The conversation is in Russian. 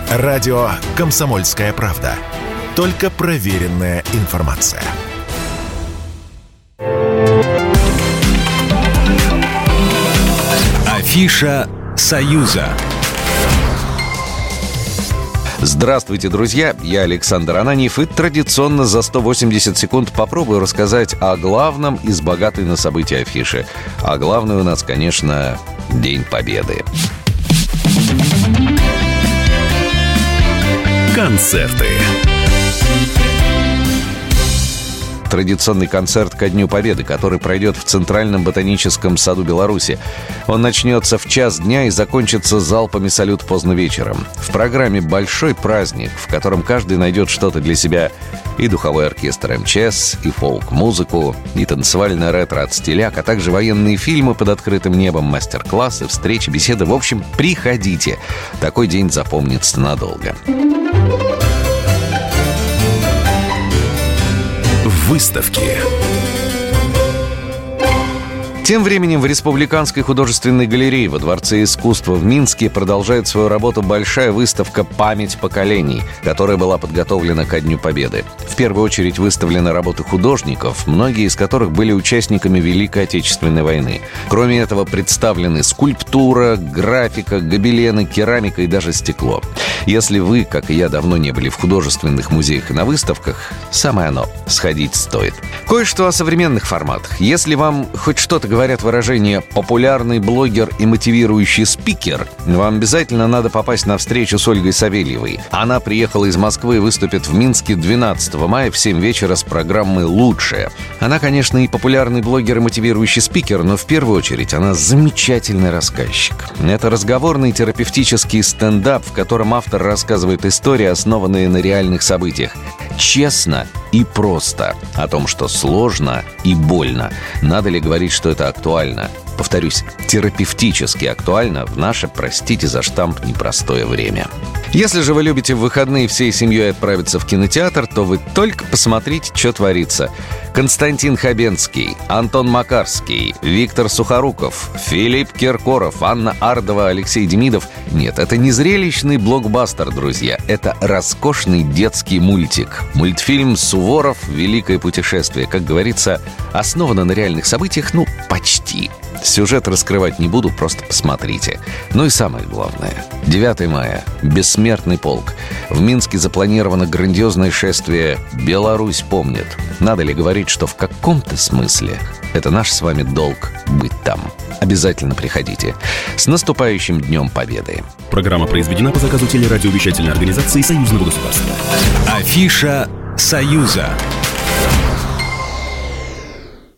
Радио «Комсомольская правда». Только проверенная информация. Афиша «Союза». Здравствуйте, друзья! Я Александр Ананьев, и традиционно за 180 секунд попробую рассказать о главном из богатой на события афиши. А главное у нас, конечно, День Победы. Концерты. Традиционный концерт ко Дню Победы, который пройдет в Центральном ботаническом саду Беларуси. Он начнется в 1:00 дня и закончится залпами салют поздно вечером. В программе большой праздник, в котором каждый найдет что-то для себя. И духовой оркестр МЧС, и фолк-музыку, и танцевальное ретро от Стиляк, а также военные фильмы под открытым небом, мастер-классы, встречи, беседы. В общем, приходите. Такой день запомнится надолго. Выставки. Тем временем в Республиканской художественной галерее во Дворце искусства в Минске продолжает свою работу большая выставка «Память поколений», которая была подготовлена ко Дню Победы. В первую очередь выставлены работы художников, многие из которых были участниками Великой Отечественной войны. Кроме этого представлены скульптура, графика, гобелены, керамика и даже стекло. Если вы, как и я, давно не были в художественных музеях и на выставках, самое оно — сходить стоит. Кое-что о современных форматах. Если вам хоть что-то говорят выражение «популярный блогер и мотивирующий спикер», вам обязательно надо попасть на встречу с Ольгой Савельевой. Она приехала из Москвы и выступит в Минске 12 мая в 7 вечера с программой «Лучшее». Она, конечно, и популярный блогер и мотивирующий спикер, но в первую очередь она замечательный рассказчик. Это разговорный терапевтический стендап, в котором автор рассказывает истории, основанные на реальных событиях. Честно и просто. О том, что сложно и больно. Надо ли говорить, что это актуально? Повторюсь, терапевтически актуально в наше, простите за штамп, непростое время. Если же вы любите в выходные всей семьей отправиться в кинотеатр, то вы только посмотрите, что творится. Константин Хабенский, Антон Макарский, Виктор Сухоруков, Филипп Киркоров, Анна Ардова, Алексей Демидов. Нет, это не зрелищный блокбастер, друзья. Это роскошный детский мультик. Мультфильм «Суворов. Великое путешествие». Как говорится, основано на реальных событиях, почти. Сюжет раскрывать не буду, просто посмотрите. Ну и самое главное. 9 мая. Бессмертный полк. В Минске запланировано грандиозное шествие «Беларусь помнит». Надо ли говорить, что в каком-то смысле это наш с вами долг быть там. Обязательно приходите. С наступающим Днем Победы. Программа произведена по заказу телерадиовещательной организации Союзного государства. Афиша «Союза».